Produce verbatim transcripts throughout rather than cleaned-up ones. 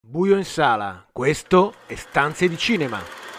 Buio in sala, questo è Stanze di Cinema.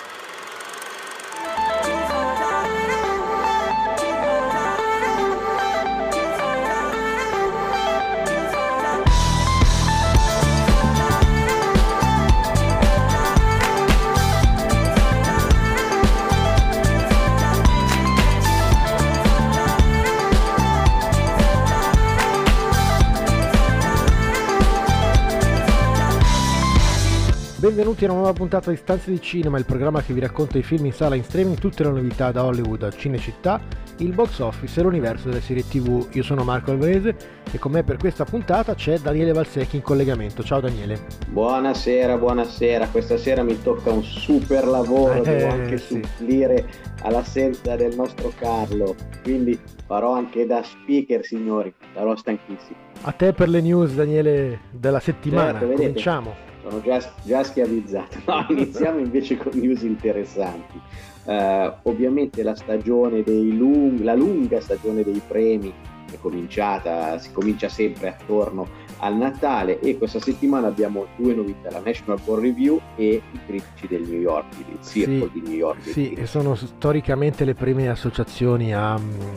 Benvenuti a una nuova puntata di Stanze di Cinema, il programma che vi racconta i film in sala, in streaming, tutte le novità da Hollywood a Cinecittà, il box office e l'universo delle serie tv. Io sono Marco Alvarese e con me per questa puntata c'è Daniele Valsecchi in collegamento. Ciao Daniele. Buonasera, buonasera. Questa sera mi tocca un super lavoro, eh, devo anche sì. supplire all'assenza del nostro Carlo, quindi farò anche da speaker, signori, sarò stanchissimo. A te per le news, Daniele, della settimana. Certo, vedete, cominciamo. Sono già, già schiavizzato. No, iniziamo invece con news interessanti. Uh, ovviamente la stagione dei lung- la lunga stagione dei premi è cominciata, si comincia sempre attorno al Natale e questa settimana abbiamo due novità, la National Board Review e i critici del New York, il Circle sì, di New York. Sì, e sono storicamente le prime associazioni a, a,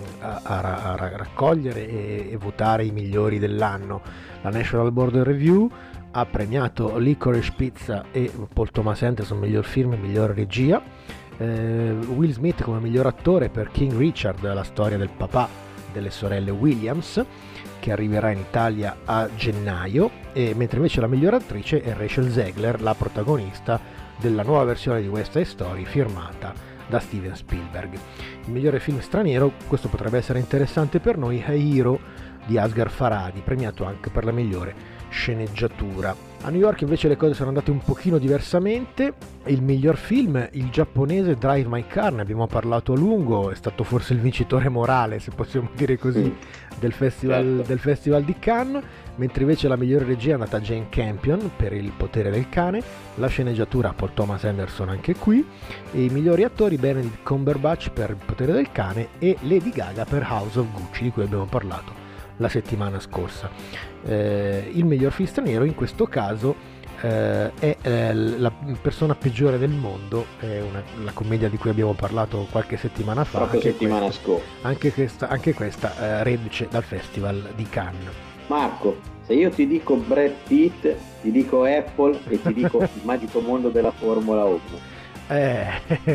a, a raccogliere e, e votare i migliori dell'anno. La National Board Review ha premiato Licorice Pizza e Paul Thomas Anderson miglior film e miglior regia, eh, Will Smith come miglior attore per King Richard, la storia del papà delle sorelle Williams, che arriverà in Italia a gennaio, e mentre invece la miglior attrice è Rachel Zegler, la protagonista della nuova versione di West Side Story firmata da Steven Spielberg. Il migliore film straniero, questo potrebbe essere interessante per noi, è Hero di Asghar Farhadi, premiato anche per la migliore sceneggiatura. A New York invece le cose sono andate un pochino diversamente. Il miglior film, il giapponese Drive My Car, ne abbiamo parlato a lungo, è stato forse il vincitore morale, se possiamo dire così, del festival, certo. del festival di Cannes, mentre invece la migliore regia è andata a Jane Campion per Il potere del cane, la sceneggiatura Paul Thomas Anderson anche qui, e i migliori attori Benedict Cumberbatch per Il potere del cane e Lady Gaga per House of Gucci, di cui abbiamo parlato la settimana scorsa. Eh, il miglior film straniero in questo caso eh, è eh, La persona peggiore del mondo, è una, la commedia di cui abbiamo parlato qualche settimana fa, proprio anche settimana questa, scorsa. Anche questa, anche questa eh, reduce dal Festival di Cannes. Marco, se io ti dico Brad Pitt, ti dico Apple e ti dico il magico mondo della Formula uno. Eh,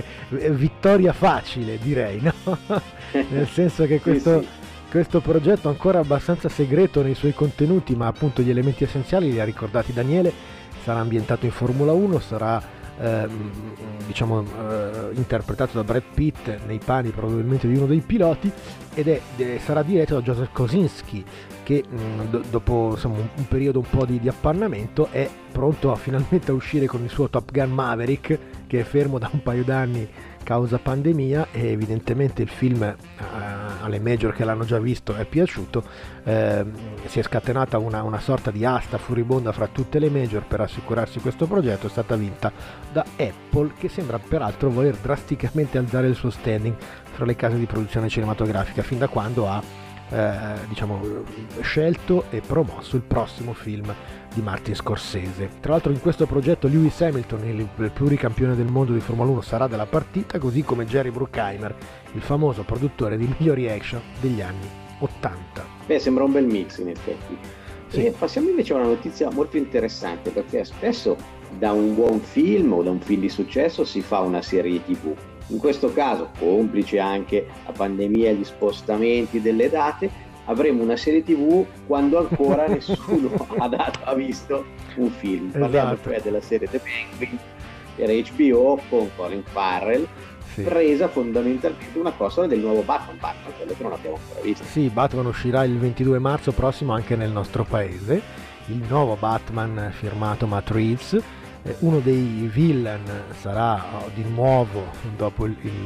vittoria facile, direi, no? Nel senso che questo... sì, sì. Questo progetto ancora abbastanza segreto nei suoi contenuti, ma appunto gli elementi essenziali li ha ricordati Daniele. Sarà ambientato in Formula uno, sarà eh, diciamo eh, interpretato da Brad Pitt nei panni probabilmente di uno dei piloti, ed è, de, sarà diretto da Joseph Kosinski, che mh, do, dopo insomma, un, un periodo un po' di, di appannamento è pronto a finalmente a uscire con il suo Top Gun Maverick, che è fermo da un paio d'anni causa pandemia, e evidentemente il film eh, alle major che l'hanno già visto è piaciuto. Eh, si è scatenata una, una sorta di asta furibonda fra tutte le major per assicurarsi questo progetto. È stata vinta da Apple, che sembra peraltro voler drasticamente alzare il suo standing fra le case di produzione cinematografica, fin da quando ha eh, diciamo scelto e promosso il prossimo film di Martin Scorsese. Tra l'altro in questo progetto Lewis Hamilton, il, il pluricampione del mondo di Formula uno, sarà della partita, così come Jerry Bruckheimer, il famoso produttore di migliori action degli anni ottanta. Beh, sembra un bel mix in effetti. Sì. E passiamo invece a una notizia molto interessante, perché spesso da un buon film o da un film di successo si fa una serie tv. In questo caso, complice anche la pandemia e gli spostamenti delle date, avremo una serie tv quando ancora nessuno ha, dato, ha visto un film. Parliamo Esatto. cioè della serie The Penguin per H B O con Colin Farrell, Sì. presa fondamentalmente una costola del nuovo Batman, Batman, quello che non abbiamo ancora visto. Sì, Batman uscirà il ventidue marzo prossimo anche nel nostro paese, il nuovo Batman firmato Matt Reeves. Eh, uno dei villain sarà oh, di nuovo, dopo il, il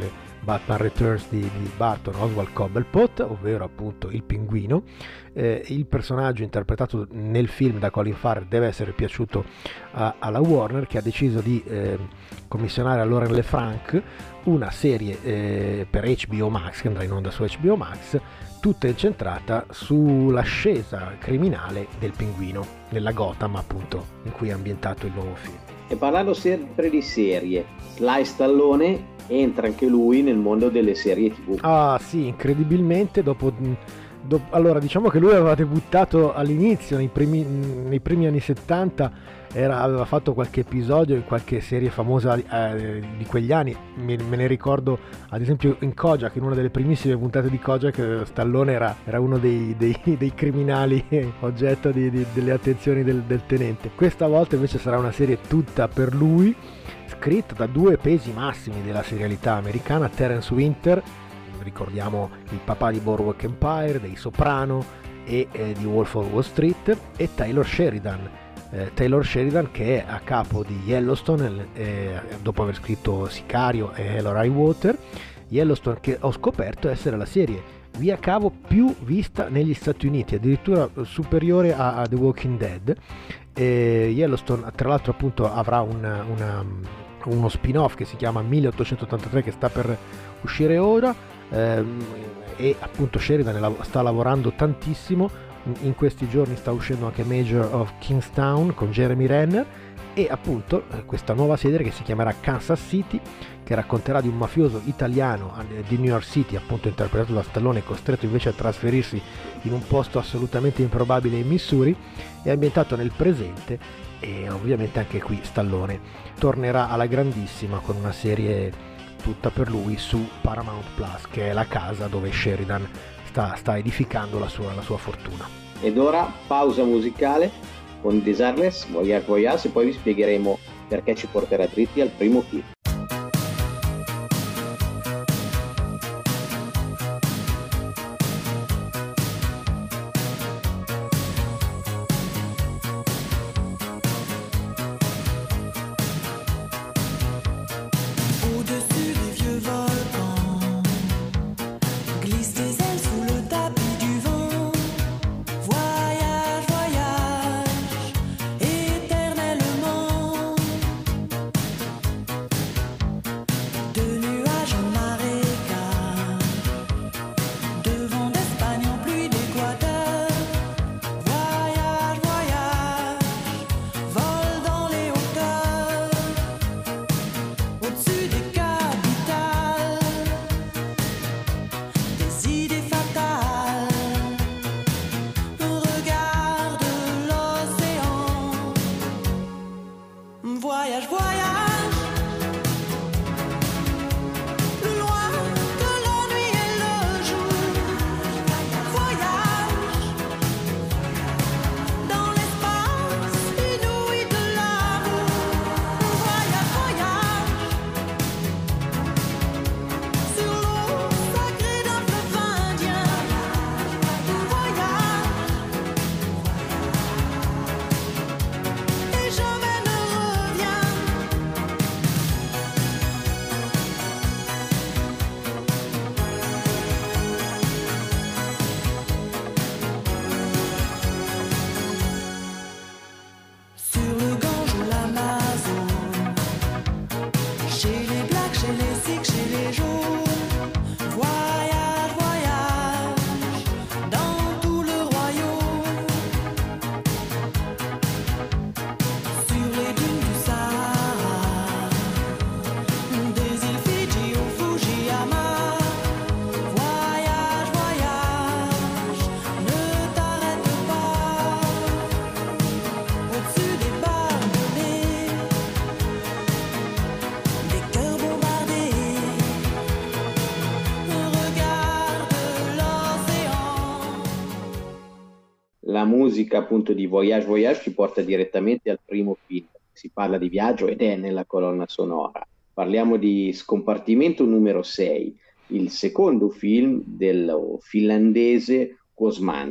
Batman Returns di, di Barton, Oswald Cobblepot, ovvero appunto il pinguino. Eh, il personaggio interpretato nel film da Colin Farrell deve essere piaciuto a, alla Warner, che ha deciso di eh, commissionare a Lauren LeFranc una serie eh, per H B O Max, che andrà in onda su H B O Max, tutta incentrata sull'ascesa criminale del pinguino nella Gotham, appunto, in cui è ambientato il nuovo film. E parlando sempre di serie, Sly Stallone entra anche lui nel mondo delle serie tivù. Ah sì, incredibilmente dopo, dopo allora diciamo che lui aveva debuttato all'inizio nei primi, nei primi anni settanta, era, aveva fatto qualche episodio in qualche serie famosa eh, di quegli anni. me, me ne ricordo ad esempio in Kojak, in una delle primissime puntate di Kojak Stallone era, era uno dei, dei, dei criminali oggetto di, di, delle attenzioni del, del tenente. Questa volta invece sarà una serie tutta per lui, scritta da due pesi massimi della serialità americana, Terence Winter, ricordiamo il papà di Boardwalk Empire, dei Soprano e eh, di Wolf of Wall Street, e Taylor Sheridan. Eh, Taylor Sheridan che è a capo di Yellowstone eh, dopo aver scritto Sicario e Hell or High Water. Yellowstone, che ho scoperto essere la serie via cavo più vista negli Stati Uniti, addirittura superiore a, a The Walking Dead. E Yellowstone tra l'altro appunto avrà una, una, uno spin-off che si chiama milleottocentottantatré, che sta per uscire ora, ehm, e appunto Sheridan sta lavorando tantissimo. In questi giorni sta uscendo anche Major of Kingstown con Jeremy Renner, e appunto questa nuova serie che si chiamerà Kansas City, che racconterà di un mafioso italiano di New York City, appunto interpretato da Stallone, costretto invece a trasferirsi in un posto assolutamente improbabile in Missouri. È ambientato nel presente e ovviamente anche qui Stallone tornerà alla grandissima con una serie tutta per lui su Paramount Plus, che è la casa dove Sheridan sta, sta edificando la sua, la sua fortuna. Ed ora pausa musicale con Desireless, Voyage Voyage, e poi vi spiegheremo perché ci porterà dritti al primo film. La musica appunto di Voyage Voyage ci porta direttamente al primo film. Si parla di viaggio ed è nella colonna sonora. Parliamo di Scompartimento numero sei, il secondo film del finlandese Kuosmanen.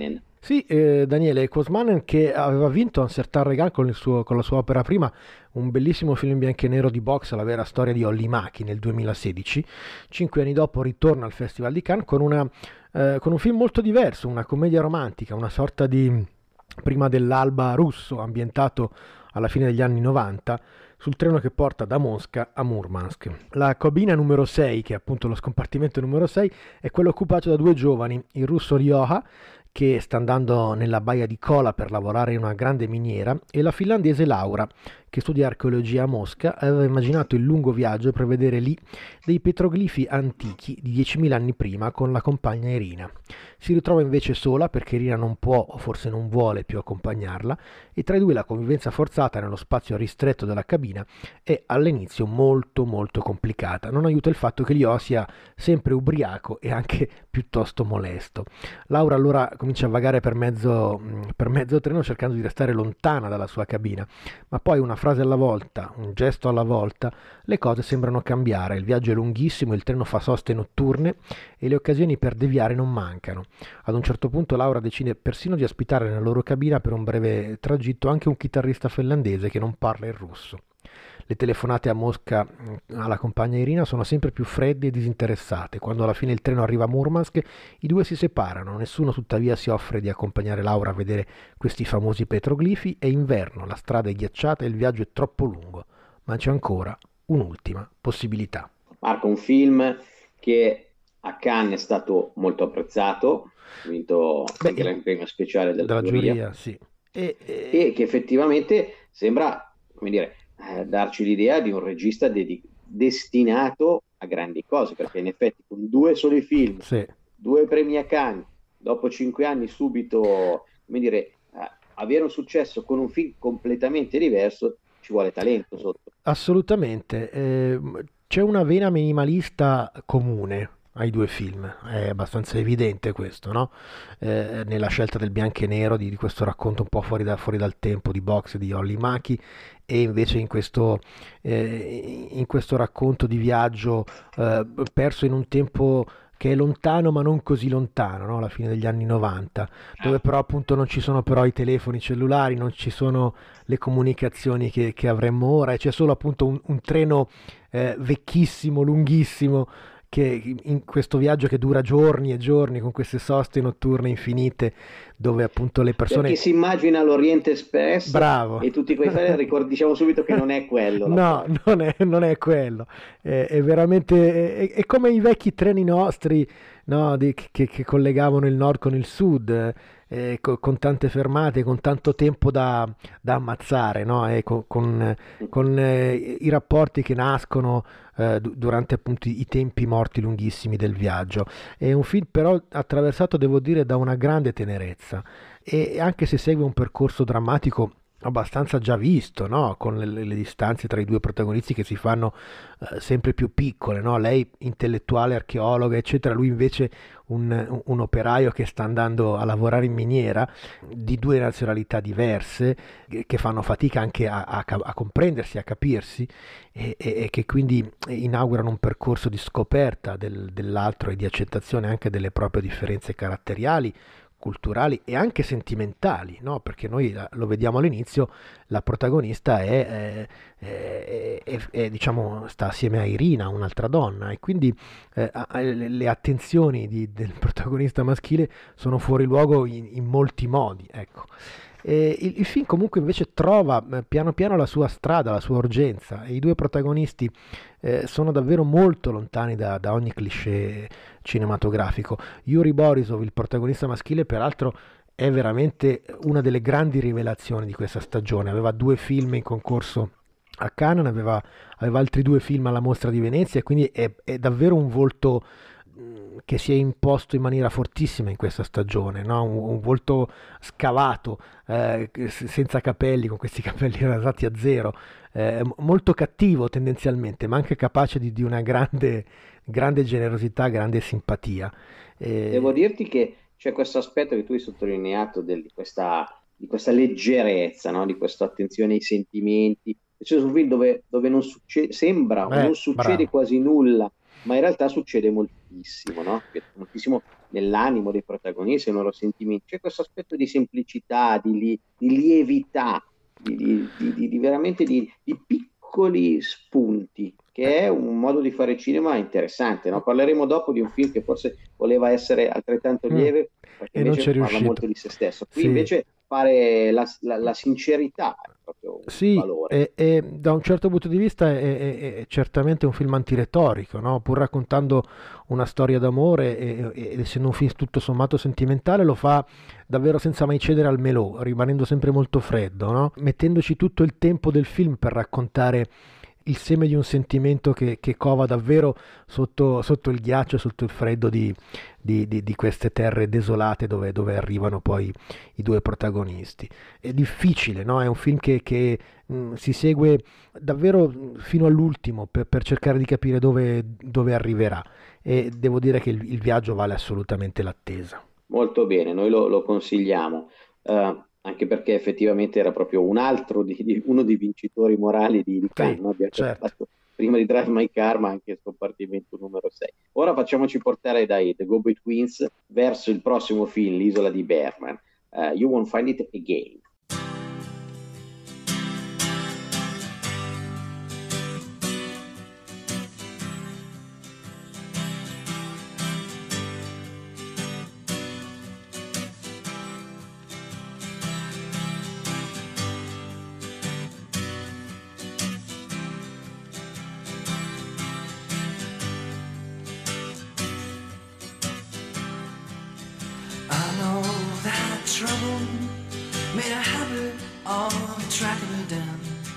Sì, eh, Daniele Kosmanen che aveva vinto un Certain Regard con, il suo- con la sua opera prima, un bellissimo film in bianco e nero di boxe, la vera storia di Olli Maki nel duemilasedici. Cinque anni dopo ritorna al Festival di Cannes con, una, eh, con un film molto diverso, una commedia romantica, una sorta di prima dell'alba russo ambientato alla fine degli anni novanta sul treno che porta da Mosca a Murmansk. La cabina numero sei, che è appunto lo scompartimento numero sei, è quello occupato da due giovani, il russo Ryoha, che sta andando nella baia di Kola per lavorare in una grande miniera, e la finlandese Laura, che studia archeologia a Mosca, aveva immaginato il lungo viaggio per vedere lì dei petroglifi antichi di diecimila anni prima con la compagna Irina. Si ritrova invece sola perché Irina non può o forse non vuole più accompagnarla, e tra i due la convivenza forzata nello spazio ristretto della cabina è all'inizio molto molto complicata. Non aiuta il fatto che Lio sia sempre ubriaco e anche piuttosto molesto. Laura allora comincia a vagare per mezzo, per mezzo treno cercando di restare lontana dalla sua cabina, ma poi una frase alla volta, un gesto alla volta, le cose sembrano cambiare. Il viaggio è lunghissimo, il treno fa soste notturne e le occasioni per deviare non mancano. Ad un certo punto Laura decide persino di ospitare nella loro cabina per un breve tragitto anche un chitarrista finlandese che non parla il russo. Le telefonate a Mosca alla compagna Irina sono sempre più fredde e disinteressate. Quando alla fine il treno arriva a Murmansk, i due si separano. Nessuno tuttavia si offre di accompagnare Laura a vedere questi famosi petroglifi. È inverno, la strada è ghiacciata e il viaggio è troppo lungo, ma c'è ancora un'ultima possibilità. Marco, un film che a Cannes è stato molto apprezzato, ha vinto Beh, anche il premio speciale della, della giuria, giuria, sì. E, e... e che effettivamente sembra, come dire, eh, darci l'idea di un regista dedi- destinato a grandi cose, perché in effetti con due soli film, sì. due premi a Cannes, dopo cinque anni subito, come dire, eh, avere un successo con un film completamente diverso, ci vuole talento sotto. Assolutamente. Eh, c'è una vena minimalista comune ai due film, è abbastanza evidente questo, no? Eh, nella scelta del bianco e nero di, di questo racconto un po' fuori, da, fuori dal tempo di boxe di Olli Maki, e invece in questo, eh, in questo racconto di viaggio eh, perso in un tempo che è lontano ma non così lontano, no? Alla fine degli anni novanta, dove però appunto non ci sono però i telefoni cellulari, non ci sono le comunicazioni che, che avremmo ora, e c'è solo appunto un, un treno eh, vecchissimo, lunghissimo, che in questo viaggio che dura giorni e giorni con queste soste notturne infinite, dove appunto le persone... Per chi si immagina l'Oriente Express Bravo. e tutti quei film, ricord- diciamo subito che non è quello. No, non è, non è quello. È, è veramente... È, è come i vecchi treni nostri, no, di- che, che collegavano il nord con il sud, eh, co- con tante fermate, con tanto tempo da, da ammazzare, no? E con, con, con, eh, i rapporti che nascono eh, du- durante appunto i i tempi morti lunghissimi del viaggio. È un film però attraversato, devo dire, da una grande tenerezza, e anche se segue un percorso drammatico abbastanza già visto, no? Con le, le distanze tra i due protagonisti che si fanno eh, sempre più piccole, no? Lei intellettuale, archeologa, eccetera, lui invece un, un- un operaio che sta andando a lavorare in miniera, di due nazionalità diverse, che che fanno fatica anche a, a ca- a comprendersi, a capirsi, e, e- e che quindi inaugurano un percorso di scoperta del- dell'altro e di accettazione anche delle proprie differenze caratteriali, culturali e anche sentimentali, no? Perché noi la- lo vediamo all'inizio, la protagonista è, è- è- è- è, diciamo, sta assieme a Irina, un'altra donna, e quindi eh, a- a- le, le attenzioni di- del protagonista maschile sono fuori luogo in, in molti modi, ecco. E il, il film comunque invece trova eh, piano piano la sua strada, la sua urgenza, e i due protagonisti eh, sono davvero molto lontani da, da ogni cliché cinematografico. Yuri Borisov, il protagonista maschile, peraltro è veramente una delle grandi rivelazioni di questa stagione. Aveva due film in concorso a Cannes, aveva, aveva altri due film alla Mostra di Venezia, e quindi è, è davvero un volto mh, che si è imposto in maniera fortissima in questa stagione, no? un, un volto scavato, eh, s- senza capelli, con questi capelli rasati a zero, eh, m- molto cattivo tendenzialmente, ma anche capace di, di una grande, grande generosità, grande simpatia. Devo Eh, dirti che c'è questo aspetto che tu hai sottolineato del- di questa, di questa leggerezza, no? Di questa attenzione ai sentimenti. C'è un film dove, dove non succede, sembra o eh, non succede bravo. quasi nulla, ma in realtà succede moltissimo, no? Moltissimo nell'animo dei protagonisti, nei loro sentimenti. C'è questo aspetto di semplicità, di, li- di lievità, di, di- di- di- di veramente di, di piccoli spunti, che è un modo di fare cinema interessante, no? Parleremo dopo di un film che forse voleva essere altrettanto Mm. lieve, perché E non invece c'è parla riuscito. molto di se stesso. Qui Sì. invece fare la, la- la sincerità è proprio un Sì, valore. e, e da un certo punto di vista è, è- è certamente un film antiretorico, no? Pur raccontando una storia d'amore e- e- ed essendo un film tutto sommato sentimentale, lo fa davvero senza mai cedere al melò, rimanendo sempre molto freddo, no? Mettendoci tutto il tempo del film per raccontare il seme di un sentimento che, che cova davvero sotto, sotto il ghiaccio, sotto il freddo di, di- di- di queste terre desolate dove, dove arrivano poi i due protagonisti. È difficile, no? È un film che, che, mh, si segue davvero mh, fino all'ultimo per, per cercare di capire dove, dove arriverà e devo dire che il, il viaggio vale assolutamente l'attesa. Molto bene, noi lo, lo consigliamo, eh, anche perché effettivamente era proprio un altro di, di- uno dei vincitori morali di, di Sì, Cannes, no? Abbiamo già certo. parlato prima di Drive My Car, ma anche il compartimento numero sei. Ora facciaci portare dai The Go-Betweens verso il prossimo film, L'isola di Berman. Eh, You Won't Find It Again. I know that trouble made a habit of tracking me down.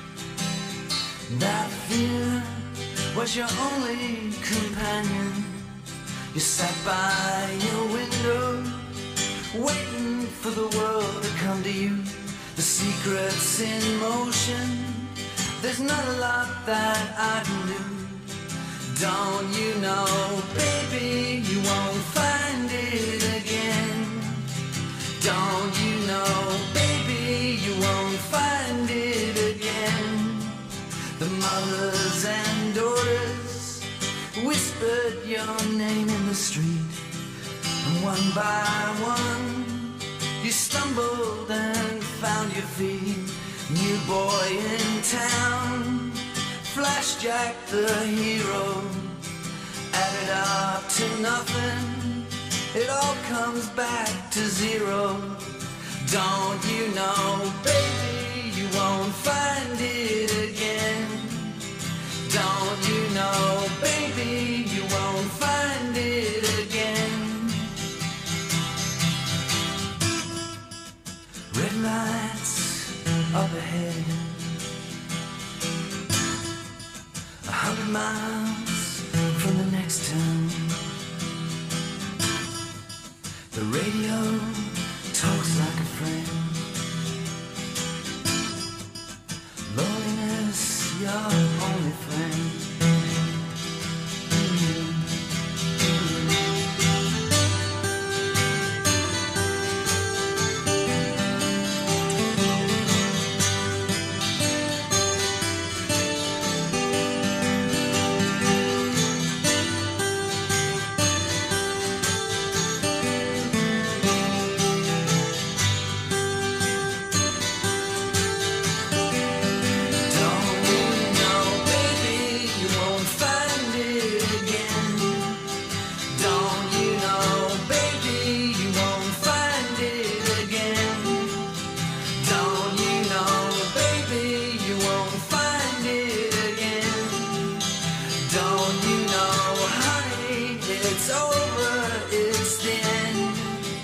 That fear was your only companion. You sat by your window, waiting for the world to come to you. The secret's in motion, there's not a lot that I can do. Don't you know, baby, you won't find it again. Don't you know, baby, you won't find it again. The mothers and daughters whispered your name in the street, and one by one you stumbled and found your feet. New boy in town, Flash Jack the hero, added up to nothing, it all comes back to zero. Don't you know, baby, you won't find it again. Don't you know, baby, you won't find it again. Red lights up ahead, a hundred miles from the next town. The radio talks like a friend. Loneliness, your only friend. Don't you know, baby, you won't find it again. Don't you know, baby, you won't find it again. Don't you know, baby, you won't find it again. Don't you know, honey, it's over, it's the end.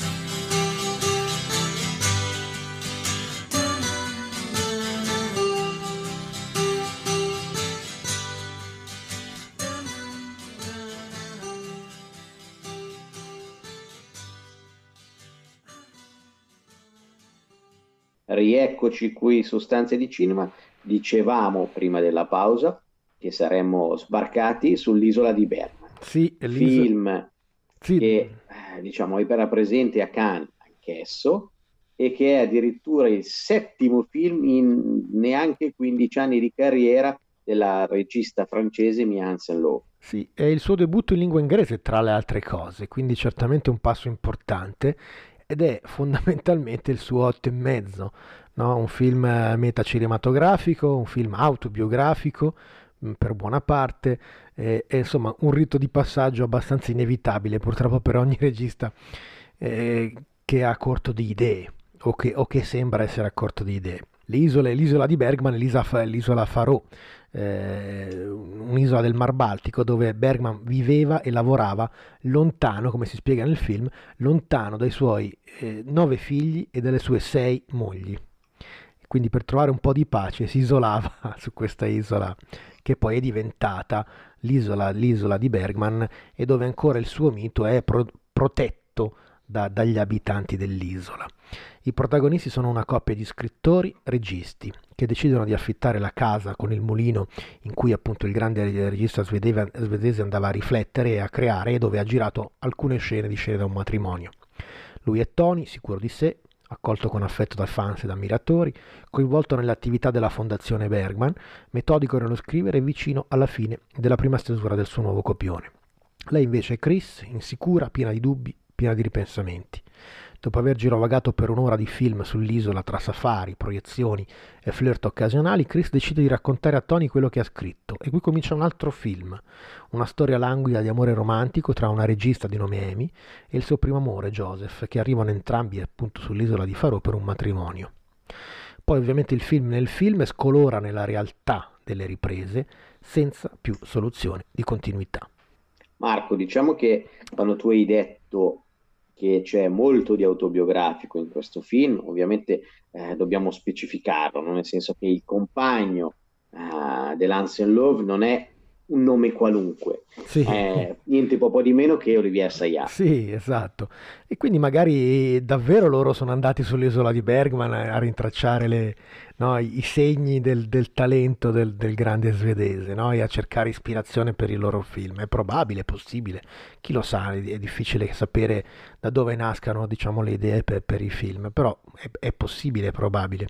Rieccoci qui su Stanze di Cinema. Dicevamo prima della pausa che saremmo sbarcati sull'isola di Berman, Sì, Elisa. film Sì, che eh, diciamo era presente a Cannes anch'esso e che è addirittura il settimo film in neanche quindici anni di carriera della regista francese Mia Hansen-Løve. Sì, è il suo debutto in lingua inglese tra le altre cose, quindi certamente un passo importante ed è fondamentalmente il suo otto e mezzo, no? Un film eh, metacinematografico, un film autobiografico mh, per buona parte, eh, e insomma un rito di passaggio abbastanza inevitabile purtroppo per ogni regista eh, che è a corto di idee o che, o che sembra essere a corto di idee. Le isole, l'isola di Bergman è l'isola, l'isola Faroe, eh, un'isola del Mar Baltico dove Bergman viveva e lavorava lontano, come si spiega nel film, lontano dai suoi eh, nove figli e dalle sue sei mogli. Quindi per trovare un po' di pace si isolava su questa isola che poi è diventata l'isola, l'isola di Bergman e dove ancora il suo mito è pro- protetto da- dagli abitanti dell'isola. I protagonisti sono una coppia di scrittori, registi, che decidono di affittare la casa con il mulino in cui appunto il grande regista svedese svedese andava a riflettere e a creare e dove ha girato alcune scene di scene da un matrimonio. Lui è Tony, sicuro di sé, accolto con affetto da fans ed ammiratori, coinvolto nelle attività della Fondazione Bergman, metodico nello scrivere e vicino alla fine della prima stesura del suo nuovo copione. Lei invece è Chris, insicura, piena di dubbi, piena di ripensamenti. Dopo aver girovagato per un'ora di film sull'isola tra safari, proiezioni e flirt occasionali, Chris decide di raccontare a Tony quello che ha scritto e qui comincia un altro film, una storia languida di amore romantico tra una regista di nome Amy e il suo primo amore Joseph, che arrivano entrambi appunto sull'isola di Faroe per un matrimonio. Poi ovviamente il film nel film scolora nella realtà delle riprese senza più soluzione di continuità. Marco, diciamo che quando tu hai detto che c'è molto di autobiografico in questo film, ovviamente eh, dobbiamo specificarlo, no? Nel senso che il compagno eh, dell'Hansen-Løve non è un nome qualunque, Sì. è niente po' di meno che Olivier Assayas. Sì, esatto. E quindi magari davvero loro sono andati sull'isola di Bergman a rintracciare le, no, i i segni del, del talento del, del grande svedese, no? E a cercare ispirazione per i loro film. È probabile, è possibile, chi lo sa, è, è difficile sapere da dove nascano, diciamo, le idee per, per i film, però è, è possibile, è probabile.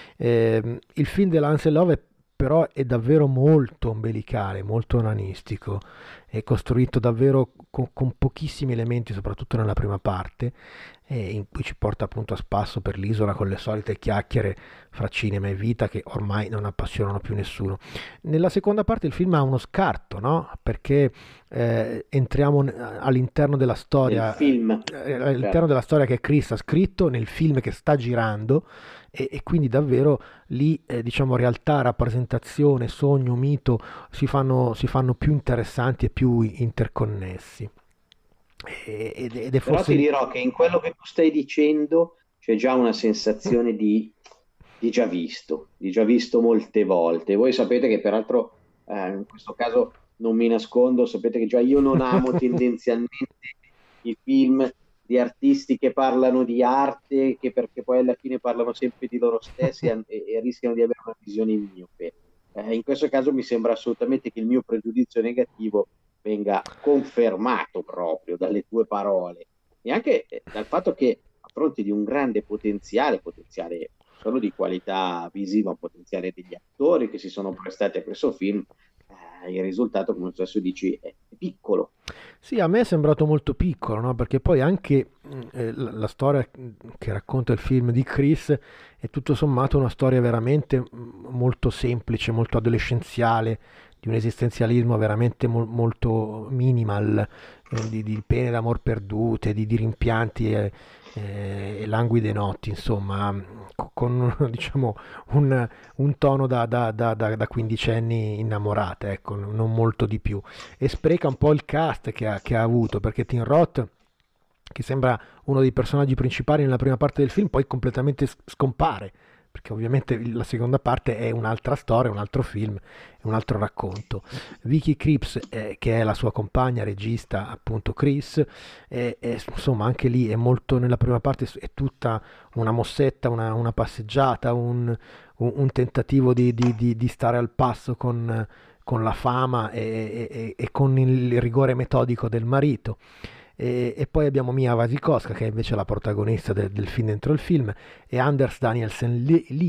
Ehm, il film dell'Hansen-Løve è però è davvero molto ombelicale, molto onanistico, è costruito davvero con, con pochissimi elementi, soprattutto nella prima parte, e in cui ci porta appunto a spasso per l'isola con le solite chiacchiere fra cinema e vita che ormai non appassionano più nessuno. Nella seconda parte il film ha uno scarto, no? Perché eh, entriamo all'interno della storia, film. eh, all'interno della storia che Chris ha scritto nel film che sta girando, e, e quindi davvero lì eh, diciamo realtà, rappresentazione, sogno, mito si fanno, si fanno più interessanti e più interconnessi. Ed, ed è Però forse... ti dirò che in quello che tu stai dicendo c'è già una sensazione di, di già visto, di già visto molte volte. Voi sapete che peraltro eh, in questo caso non mi nascondo, sapete che già io non amo tendenzialmente i film di artisti che parlano di arte, che perché poi alla fine parlano sempre di loro stessi e, e rischiano di avere una visione miope. Eh, in questo caso mi sembra assolutamente che il mio pregiudizio negativo venga confermato proprio dalle tue parole e anche eh, dal fatto che a fronte di un grande potenziale, potenziale solo di qualità visiva, potenziale degli attori che si sono prestati a questo film, eh, il risultato, come stesso dici, è piccolo. Sì, a me è sembrato molto piccolo, no? Perché poi anche eh, la, la storia che racconta il film di Chris è tutto sommato una storia veramente molto semplice, molto adolescenziale, di un esistenzialismo veramente mo- molto minimal, eh, di, di pene d'amor perdute, di, di rimpianti e, e, e languide notti, insomma, co- con diciamo un, un tono da, da, da, da, da quindicenni innamorate, ecco, non molto di più. E spreca un po' il cast che ha, che ha avuto, perché Tim Roth, che sembra uno dei personaggi principali nella prima parte del film, poi completamente scompare, perché ovviamente la seconda parte è un'altra storia, un altro film, è un altro racconto. Vicky Krieps, eh, che è la sua compagna regista, appunto Chris, è, è, insomma anche lì è molto, nella prima parte è tutta una mossetta, una, una passeggiata, un, un, un tentativo di, di, di, di stare al passo con, con la fama e, e, e con il rigore metodico del marito. E, e poi abbiamo Mia Wasikowska, che è invece la protagonista de, del film dentro il film, e Anders Danielsen Lee,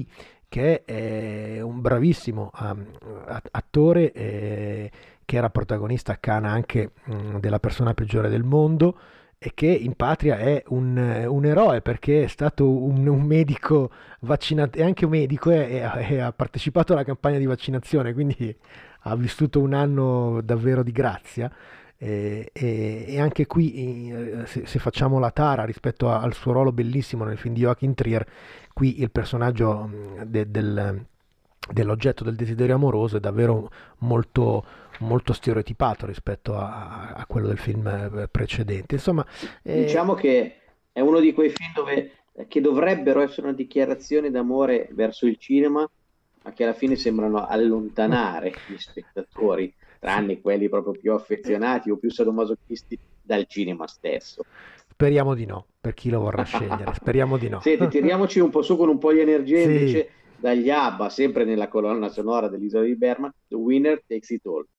che è un bravissimo um, attore, eh, che era protagonista a Cannes anche um, della persona peggiore del mondo, e che in patria è un, un eroe perché è stato un, un medico vaccinato, è anche un medico e, e, e ha partecipato alla campagna di vaccinazione, quindi ha vissuto un anno davvero di grazia. E, e, e anche qui, eh, se, se facciamo la tara rispetto a, al suo ruolo bellissimo nel film di Joachim Trier, qui il personaggio mh, de, del, dell'oggetto del desiderio amoroso è davvero molto, molto stereotipato rispetto a, a quello del film precedente. Insomma, eh, Diciamo che è uno di quei film dove, che dovrebbero essere una dichiarazione d'amore verso il cinema, ma che alla fine sembrano allontanare gli spettatori, tranne quelli proprio più affezionati o più sadomasochisti, dal cinema stesso. speriamo di no, per chi lo vorrà scegliere, speriamo di no. Senti, tiriamoci un po' su con un po' di energia Sì. invece dagli ABBA, sempre nella colonna sonora dell'Isola di Berman, The Winner Takes It All.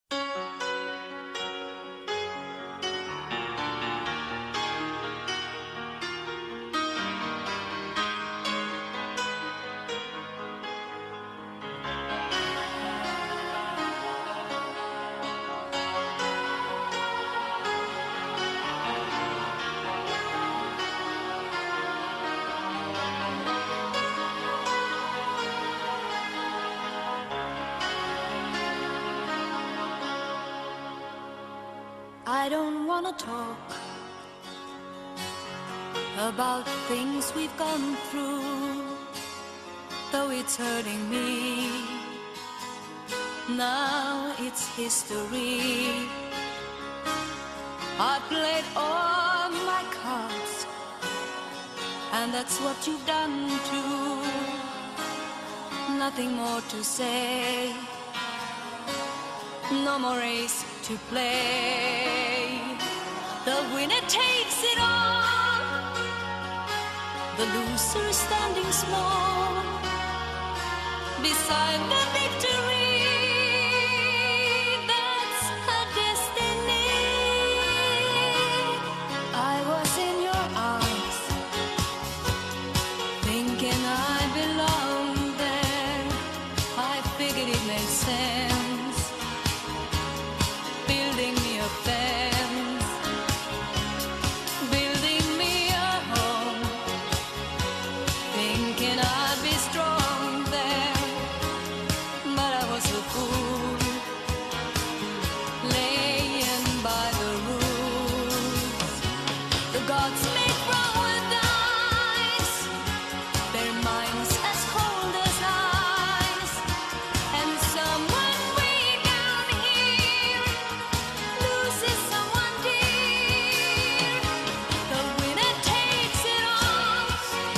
I don't wanna talk about things we've gone through, though it's hurting me. Now it's history. I played all my cards, and that's what you've done too. Nothing more to say, no more race to play. The winner takes it all, the loser is standing small beside the victory. That's her destiny. I was in your arms, thinking I belonged there. I figured it made sense, building me a fence, building me a home, thinking I'd be strong there, but I was a fool, laying by the rules. The gods make wrong with dice, their minds as cold as ice, and someone way down here loses someone dear. The winner takes it all,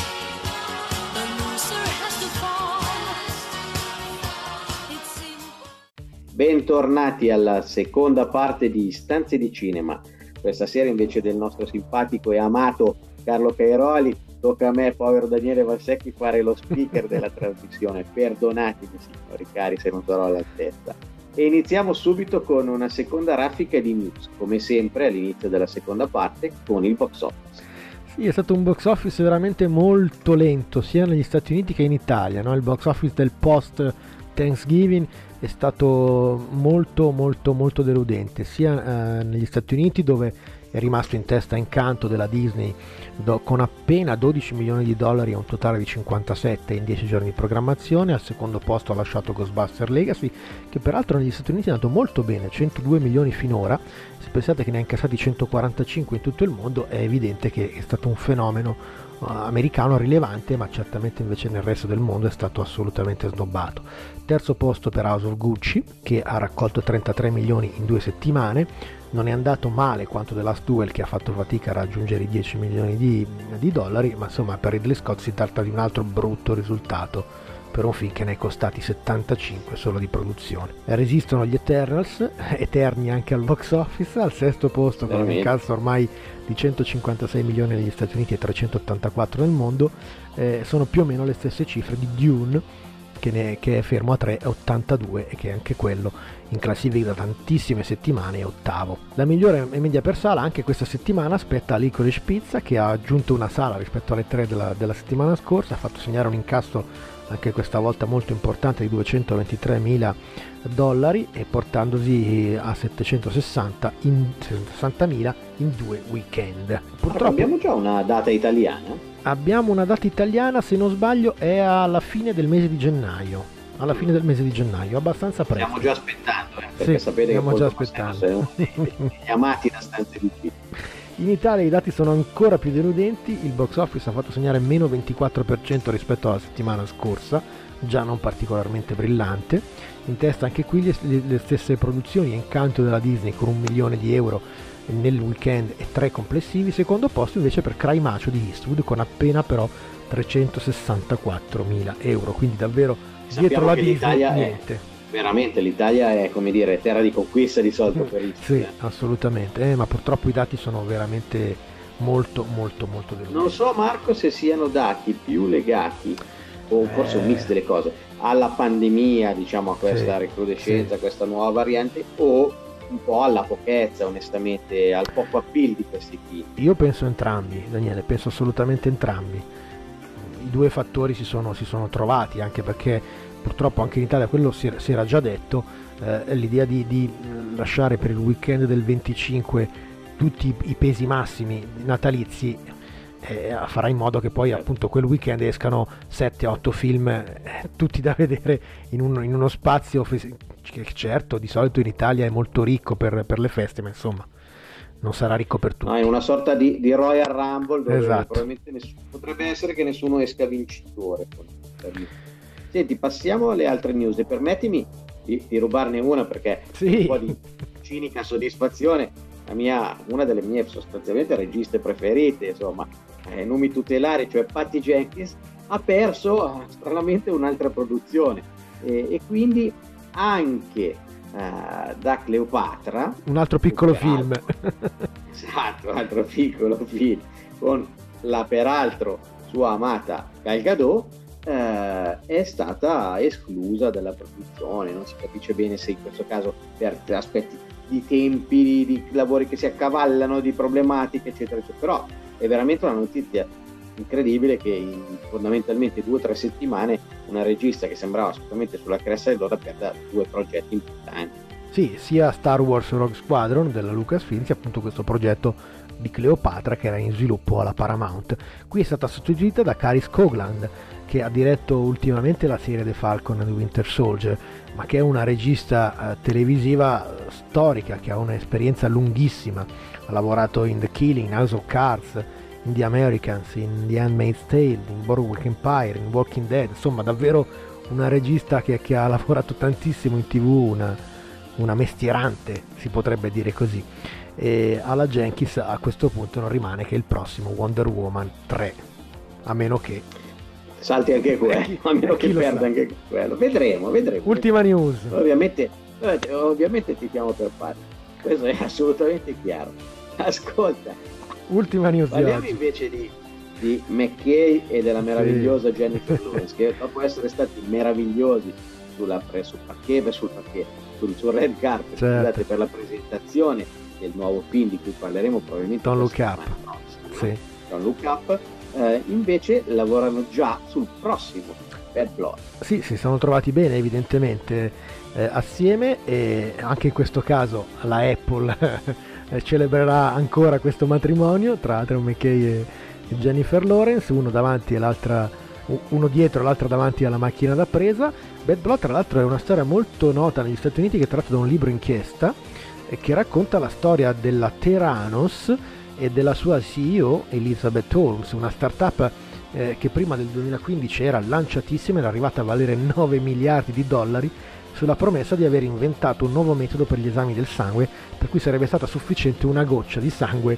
the loser has to fall. It's simple. Bentornati alla seconda parte di Stanze di Cinema. Questa sera invece del nostro simpatico e amato Carlo Cairoli tocca a me, povero Daniele Valsecchi, fare lo speaker della trasmissione. Perdonatemi signori cari se non sarò all'altezza. E iniziamo subito con una seconda raffica di news, come sempre all'inizio della seconda parte con il box office. Sì, è stato un box office veramente molto lento sia negli Stati Uniti che in Italia, no? Il box office del post Thanksgiving è stato molto molto molto deludente sia eh, negli Stati Uniti, dove è rimasto in testa Encanto della Disney do, con appena dodici milioni di dollari a un totale di cinquantasette in dieci giorni di programmazione. Al secondo posto ha lasciato Ghostbusters Legacy, che peraltro negli Stati Uniti è andato molto bene, centodue milioni finora. Se pensate che ne ha incassati centoquarantacinque in tutto il mondo, è evidente che è stato un fenomeno uh, americano rilevante, ma certamente invece nel resto del mondo è stato assolutamente snobbato. Terzo posto per House of Gucci, che ha raccolto trentatré milioni in due settimane. Non è andato male quanto The Last Duel, che ha fatto fatica a raggiungere i dieci milioni di, di dollari, ma insomma per Ridley Scott si tratta di un altro brutto risultato per un film che ne è costati settantacinque solo di produzione. Resistono gli Eternals, eterni anche al box office, al sesto posto con un incasso ormai di centocinquantasei milioni negli Stati Uniti e trecentottantaquattro nel mondo. Eh, sono più o meno le stesse cifre di Dune, che, ne, che è fermo a tre virgola ottantadue e che è anche quello in classifica da tantissime settimane è ottavo. La migliore media per sala anche questa settimana spetta a Licorice Pizza, che ha aggiunto una sala rispetto alle tre della, della settimana scorsa, ha fatto segnare un incasso anche questa volta molto importante, di duecentoventitremila dollari, e portandosi a settecentosessanta in, sessantamila in due weekend. Purtroppo abbiamo già una data italiana? Abbiamo una data italiana, se non sbaglio è alla fine del mese di gennaio. Alla fine del mese di gennaio, abbastanza presto. Stiamo già aspettando, eh, perché sì, sapete stiamo che già aspettando. Gli amati da stanze vicine. In Italia i dati sono ancora più deludenti, il box office ha fatto segnare meno ventiquattro per cento rispetto alla settimana scorsa, già non particolarmente brillante. In testa anche qui le, le stesse produzioni, Encanto della Disney con un milione di euro nel weekend e tre complessivi, secondo posto invece per Cry Macho di Eastwood con appena però trecentosessantaquattromila euro, quindi davvero dietro la Disney niente. È, veramente l'Italia è, come dire, terra di conquista di solito per il sì, assolutamente, eh, ma purtroppo i dati sono veramente molto molto molto deludenti. Non so, Marco, se siano dati più legati o forse eh... un mix delle cose alla pandemia, diciamo, a questa sì, recrudescenza, sì. questa nuova variante, o un po' alla pochezza, onestamente, al poco appeal di questi film. Io penso entrambi, Daniele, penso assolutamente entrambi. I due fattori si sono, si sono trovati, anche perché purtroppo anche in Italia quello si, si era già detto, eh, l'idea di, di lasciare per il weekend del venticinque tutti i, i pesi massimi natalizi eh, farà in modo che poi appunto quel weekend escano sette otto film eh, tutti da vedere in, un, in uno spazio che certo di solito in Italia è molto ricco per, per le feste, ma insomma non sarà ricco per tutti. No, è una sorta di, di Royal Rumble dove esatto. probabilmente nessuno, potrebbe essere che nessuno esca vincitore. Senti, passiamo alle altre news e permettimi di, di rubarne una, perché sì. un po' di cinica soddisfazione. La mia, una delle mie sostanzialmente registe preferite, insomma, eh, numi tutelari, cioè Patty Jenkins, ha perso stranamente un'altra produzione e, e quindi anche Uh, da Cleopatra, un altro piccolo film esatto, un altro piccolo film con la peraltro sua amata Gal Gadot, uh, è stata esclusa dalla produzione. Non si capisce bene se in questo caso per aspetti di tempi, di, di lavori che si accavallano, di problematiche eccetera eccetera, però è veramente una notizia incredibile che in fondamentalmente due o tre settimane una regista che sembrava assolutamente sulla cresta dell'ora perda due progetti importanti. Sì, sia Star Wars Rogue Squadron della Lucasfilm sia appunto questo progetto di Cleopatra che era in sviluppo alla Paramount. Qui è stata sostituita da Kari Skogland, che ha diretto ultimamente la serie The Falcon and the Winter Soldier, ma che è una regista eh, televisiva storica che ha un'esperienza lunghissima. Ha lavorato in The Killing, in House of Cards, in The Americans, in The Handmaid's Tale, in Boardwalk Empire, in Walking Dead, insomma davvero una regista che, che ha lavorato tantissimo in tv, una, una mestierante si potrebbe dire così. E alla Jenkins a questo punto non rimane che il prossimo Wonder Woman tre, a meno che salti anche quello, eh, a meno eh, che perda sa. Anche quello, vedremo, vedremo. Ultima news. Ovviamente, ovviamente ti chiamo per fare, questo è assolutamente chiaro. Ascolta, ultima news. Parliamo invece di, di McKay e della meravigliosa sì. Jennifer Lawrence, che dopo essere stati meravigliosi sulla, sul parquet, sul, parquet, sul, sul red carpet, certo. scusate, per la presentazione del nuovo film di cui parleremo probabilmente Don't Look Up, sì. Don't Look Up, eh, invece lavorano già sul prossimo Bad Blood. Sì, si sono trovati bene evidentemente eh, assieme, e anche in questo caso la Apple celebrerà ancora questo matrimonio tra Adam McKay e Jennifer Lawrence, uno davanti e l'altra, uno dietro e l'altra davanti alla macchina da presa. Bad Blood tra l'altro è una storia molto nota negli Stati Uniti, che è tratta da un libro inchiesta e che racconta la storia della Theranos e della sua C E O Elizabeth Holmes, una startup eh, che prima del duemilaquindici era lanciatissima, era arrivata a valere nove miliardi di dollari sulla promessa di aver inventato un nuovo metodo per gli esami del sangue, per cui sarebbe stata sufficiente una goccia di sangue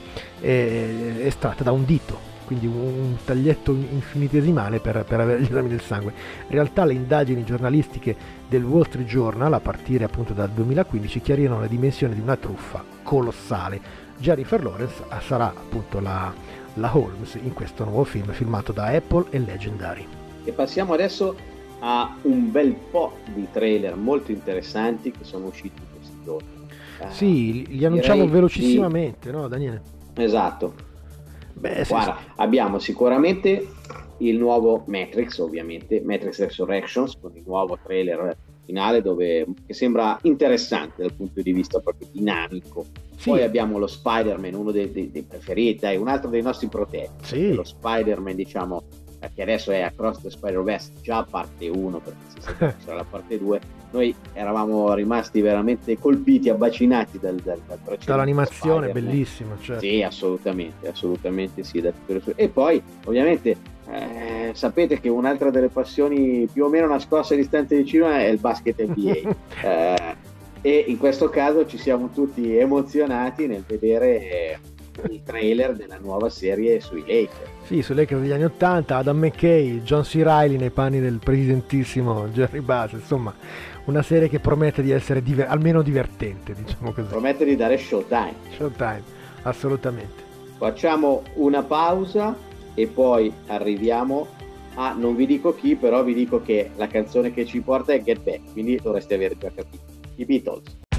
eh, estratta da un dito, quindi un, un taglietto infinitesimale per, per avere gli esami del sangue. In realtà le indagini giornalistiche del Wall Street Journal, a partire appunto dal duemilaquindici, chiarirono le dimensioni di una truffa colossale. Jennifer Lawrence sarà appunto la, la Holmes in questo nuovo film firmato da Apple e Legendary. E passiamo adesso a un bel po' di trailer molto interessanti che sono usciti questi giorni. Uh, sì, li annunciamo velocissimamente, di... no Daniele? Esatto. Beh, guarda, sì. Abbiamo sicuramente il nuovo Matrix, ovviamente, Matrix Resurrections, con il nuovo trailer finale dove, che sembra interessante dal punto di vista proprio dinamico. Sì. Poi abbiamo lo Spider-Man, uno dei, dei, dei preferiti, dai, un altro dei nostri protetti, sì. Lo Spider-Man, diciamo, che adesso è Across the Spider-Verse, già parte uno, perché si sa che sarà la parte due. Noi eravamo rimasti veramente colpiti, abbacinati dal, dal, dal precedente dall'animazione, Spider-Man. bellissima, certo. Sì, assolutamente, assolutamente sì. E poi, ovviamente, eh, sapete che un'altra delle passioni più o meno nascoste a distanza di cinema è il basket N B A. eh, e in questo caso ci siamo tutti emozionati nel vedere eh, il trailer della nuova serie sui Lakers. Sì, sui Lakers degli anni ottanta, Adam McKay, John C. Reilly nei panni del presidentissimo Jerry Buss, insomma una serie che promette di essere diver- almeno divertente, diciamo così. Promette di dare showtime. Showtime, assolutamente. Facciamo una pausa e poi arriviamo a, non vi dico chi, però vi dico che la canzone che ci porta è Get Back, quindi dovreste aver già capito. I Beatles.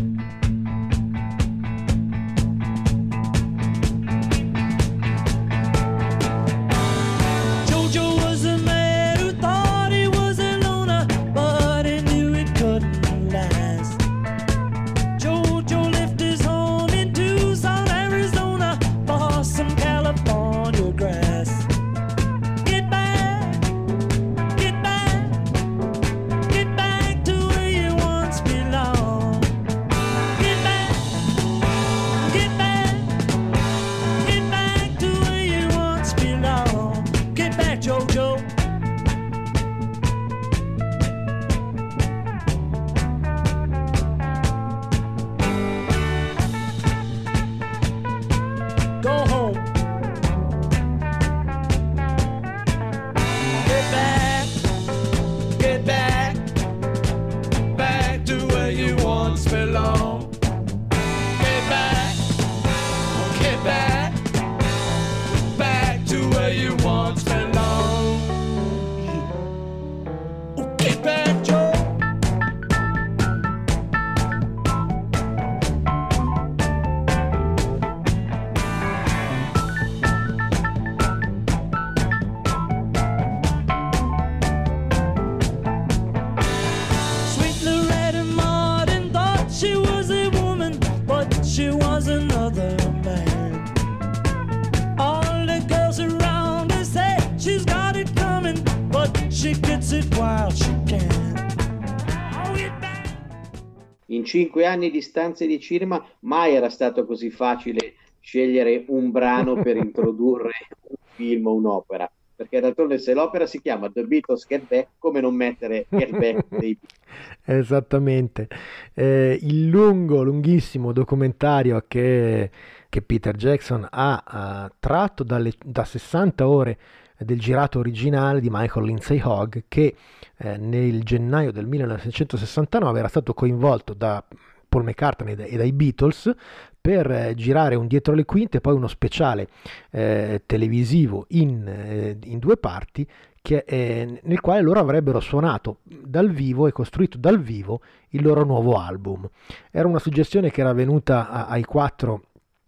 In cinque anni di stanze di cinema mai era stato così facile scegliere un brano per introdurre un film o un'opera, perché d'altronde se l'opera si chiama The Beatles Get Back, come non mettere Get Back dei Beatles? Esattamente. Eh, il lungo, lunghissimo documentario che, che Peter Jackson ha, ha tratto dalle, da sessanta ore del girato originale di Michael Lindsay Hogg, che eh, nel gennaio del millenovecentosessantanove era stato coinvolto da Paul McCartney e dai Beatles per eh, girare un dietro le quinte e poi uno speciale eh, televisivo in, eh, in due parti che, eh, nel quale loro avrebbero suonato dal vivo e costruito dal vivo il loro nuovo album. Era una suggestione che era venuta a, ai quattro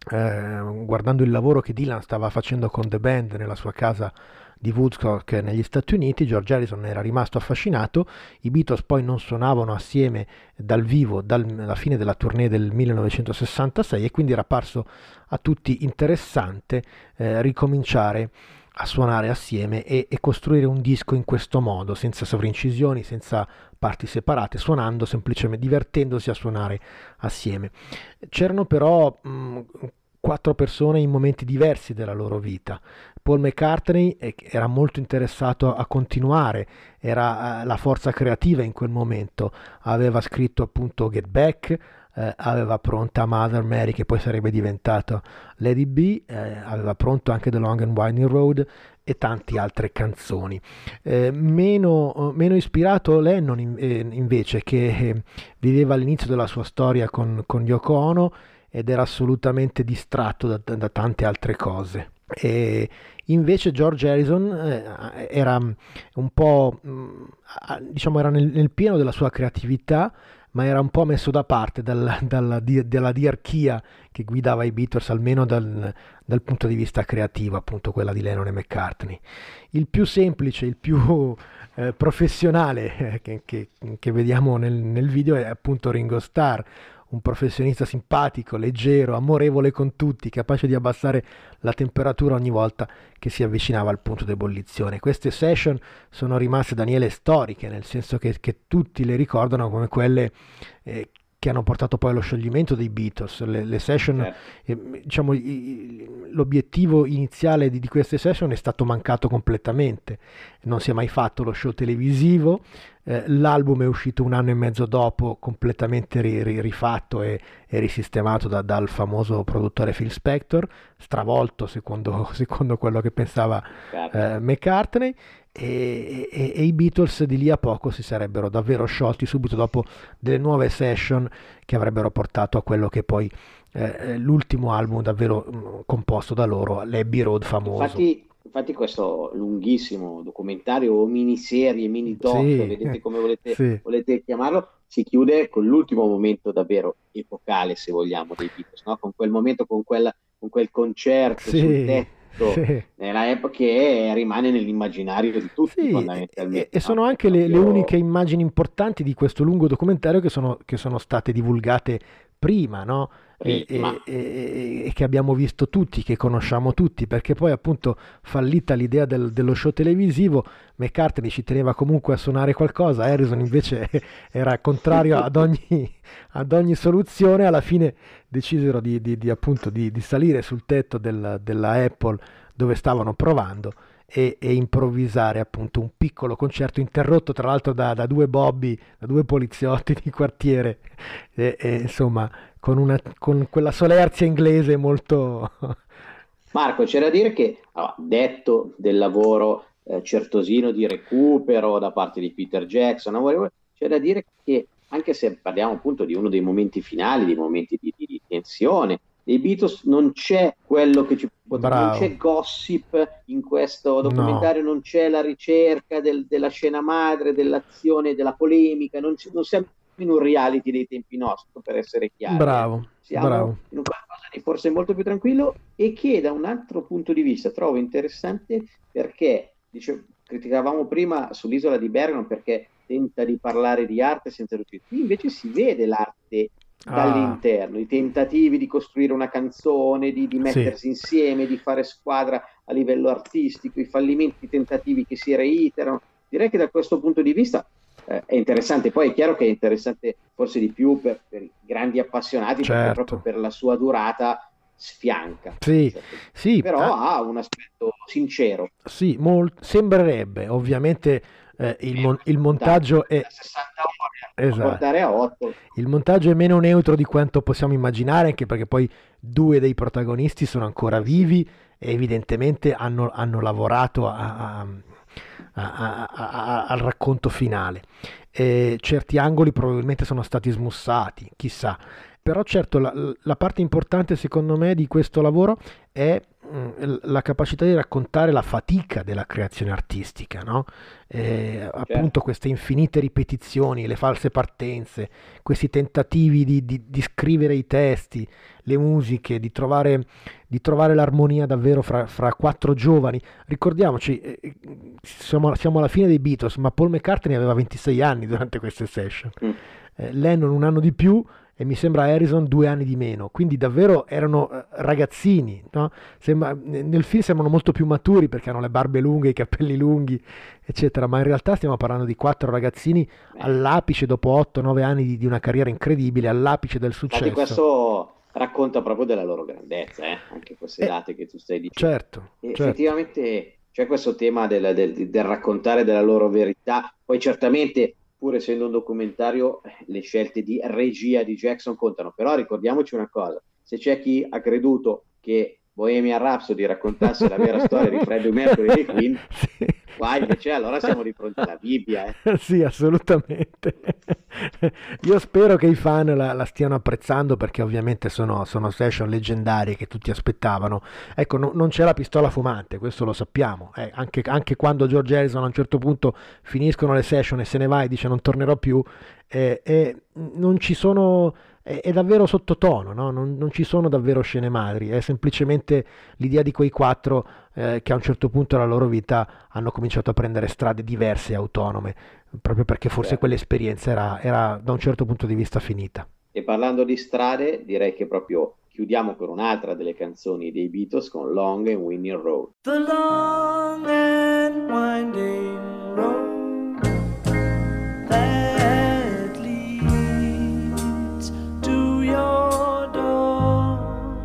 Eh, guardando il lavoro che Dylan stava facendo con The Band nella sua casa di Woodstock negli Stati Uniti. George Harrison era rimasto affascinato. I Beatles poi non suonavano assieme dal vivo dalla fine della tournée del millenovecentosessantasei e quindi era parso a tutti interessante eh, ricominciare a suonare assieme e, e costruire un disco in questo modo, senza sovrincisioni, senza parti separate, suonando semplicemente, divertendosi a suonare assieme. C'erano però mh, quattro persone in momenti diversi della loro vita. Paul McCartney era molto interessato a continuare, era la forza creativa in quel momento, aveva scritto appunto Get Back, eh, aveva pronta Mother Mary che poi sarebbe diventata Let It Be, eh, aveva pronto anche The Long and Winding Road e tante altre canzoni. Eh, meno, meno ispirato Lennon in, eh, invece, che eh, viveva all'inizio della sua storia con, con Yoko Ono ed era assolutamente distratto da, da tante altre cose. E invece George Harrison eh, era un po' diciamo era nel, nel pieno della sua creatività, ma era un po' messo da parte dal- dalla, di- dalla diarchia che guidava i Beatles, almeno dal, dal punto di vista creativo, appunto quella di Lennon e McCartney. Il più semplice, il più eh, professionale eh, che, che- che vediamo nel, nel video è appunto Ringo Starr, un professionista simpatico, leggero, amorevole con tutti, capace di abbassare la temperatura ogni volta che si avvicinava al punto di ebollizione. Queste session sono rimaste, Daniele, storiche, nel senso che, che tutti le ricordano come quelle eh, che hanno portato poi allo scioglimento dei Beatles. Le, le session, Certo. eh, diciamo, i- i- l'obiettivo iniziale di, di queste session è stato mancato completamente. Non si è mai fatto lo show televisivo. Eh, l'album è uscito un anno e mezzo dopo, completamente ri- ri- rifatto e, e risistemato da- dal famoso produttore Phil Spector, stravolto secondo, secondo quello che pensava Certo. eh, McCartney. E, e- e i Beatles di lì a poco si sarebbero davvero sciolti subito dopo delle nuove session che avrebbero portato a quello che poi eh, è l'ultimo album davvero mm, composto da loro, l'Abbey Road famoso. Infatti, infatti questo lunghissimo documentario o miniserie, mini doc, Sì, vedete come volete, sì, volete chiamarlo, si chiude con l'ultimo momento davvero epocale, se vogliamo, dei Beatles, no? Con quel momento, con quel, con quel concerto sul sì, tetto, sì. nella epoca che rimane nell'immaginario di tutti Sì, e, e- fondamentalmente, e no? sono È anche le, le uniche proprio... immagini importanti di questo lungo documentario che sono, che sono state divulgate prima, no? E, prima. e- e- e che abbiamo visto tutti, che conosciamo tutti, perché poi appunto fallita l'idea del- dello show televisivo, McCartney ci teneva comunque a suonare qualcosa, Harrison invece era contrario ad ogni, ad ogni soluzione, alla fine decisero di, di- di, appunto di, di salire sul tetto del- della Apple dove stavano provando e, e improvvisare appunto un piccolo concerto interrotto tra l'altro da, da due Bobby, da due poliziotti di quartiere e, e, insomma con, una, con quella solerzia inglese molto... Marco, c'è da dire che, allora, detto del lavoro eh, certosino di recupero da parte di Peter Jackson, amore, c'è da dire che anche se parliamo appunto di uno dei momenti finali, dei momenti di, di- di tensione dei Beatles, non c'è quello che ci pot- non Bravo, c'è gossip in questo no, documentario, non c'è la ricerca del- della scena madre, dell'azione, della polemica, non, ci- non siamo in un reality dei tempi nostri, per essere chiari, eh. bravo, Siamo bravo, in un qualcosa di forse molto più tranquillo e che da un altro punto di vista trovo interessante perché dice, criticavamo prima sull'isola di Bergamo perché tenta di parlare di arte senza riuscire. Qui invece si vede l'arte ah, dall'interno, i tentativi di costruire una canzone, di, di sì, mettersi insieme, di fare squadra a livello artistico, i fallimenti, i tentativi che si reiterano. Direi che da questo punto di vista eh, è interessante. Poi è chiaro che è interessante forse di più per, per i grandi appassionati perché proprio certo, per la sua durata sfianca, sì, certo. sì, Però ah, ha un aspetto sincero. sì, mol- sembrerebbe, ovviamente eh, il, mon- il montaggio è... Da sessanta ore a Esatto. portare a otto. Il montaggio è meno neutro di quanto possiamo immaginare, anche perché poi due dei protagonisti sono ancora Eh sì. vivi e evidentemente hanno, hanno lavorato a- a- a- a- a- al racconto finale. E certi angoli probabilmente sono stati smussati, chissà. Però certo la, la parte importante secondo me di questo lavoro è mm, la capacità di raccontare la fatica della creazione artistica, no? Eh, appunto Certo. queste infinite ripetizioni, le false partenze, questi tentativi di, di- di scrivere i testi, le musiche, di trovare, di trovare l'armonia davvero fra, fra quattro giovani. Ricordiamoci, eh, eh, siamo, siamo alla fine dei Beatles, ma Paul McCartney aveva ventisei anni durante queste session, Mm. eh, Lennon un anno di più e mi sembra Harrison due anni di meno, quindi davvero erano eh, ragazzini, no? Sembra- nel film sembrano molto più maturi perché hanno le barbe lunghe, i capelli lunghi, eccetera, ma in realtà stiamo parlando di quattro ragazzini Beh, all'apice dopo otto nove anni di, di una carriera incredibile, all'apice del infatti successo. questo racconta proprio della loro grandezza, eh? Anche queste Eh, date che tu stai dicendo. certo, E certo, effettivamente c'è questo tema del, del- del raccontare della loro verità. Poi certamente, pur essendo un documentario, eh, le scelte di regia di Jackson contano. Però ricordiamoci una cosa, se c'è chi ha creduto che Bohemian Rhapsody raccontasse la vera storia di Freddie Mercury e di Queen, Sì. qua invece allora siamo di fronte alla Bibbia, eh. Sì, assolutamente. Io spero che i fan la, la stiano apprezzando, perché ovviamente sono, sono session leggendarie che tutti aspettavano. Ecco, no- non c'è la pistola fumante, questo lo sappiamo. Eh, anche, anche quando George Harrison a un certo punto finiscono le session e se ne va e dice non tornerò più, eh, eh, non ci sono... È, è davvero sottotono, no? Non, non ci sono davvero scene madri, è semplicemente l'idea di quei quattro eh, che a un certo punto della loro vita hanno cominciato a prendere strade diverse e autonome, proprio perché forse Certo. quell'esperienza era, era da un certo punto di vista finita. E parlando di strade, direi che proprio chiudiamo con un'altra delle canzoni dei Beatles con Long and Winding Road. The long and winding road that leads to your door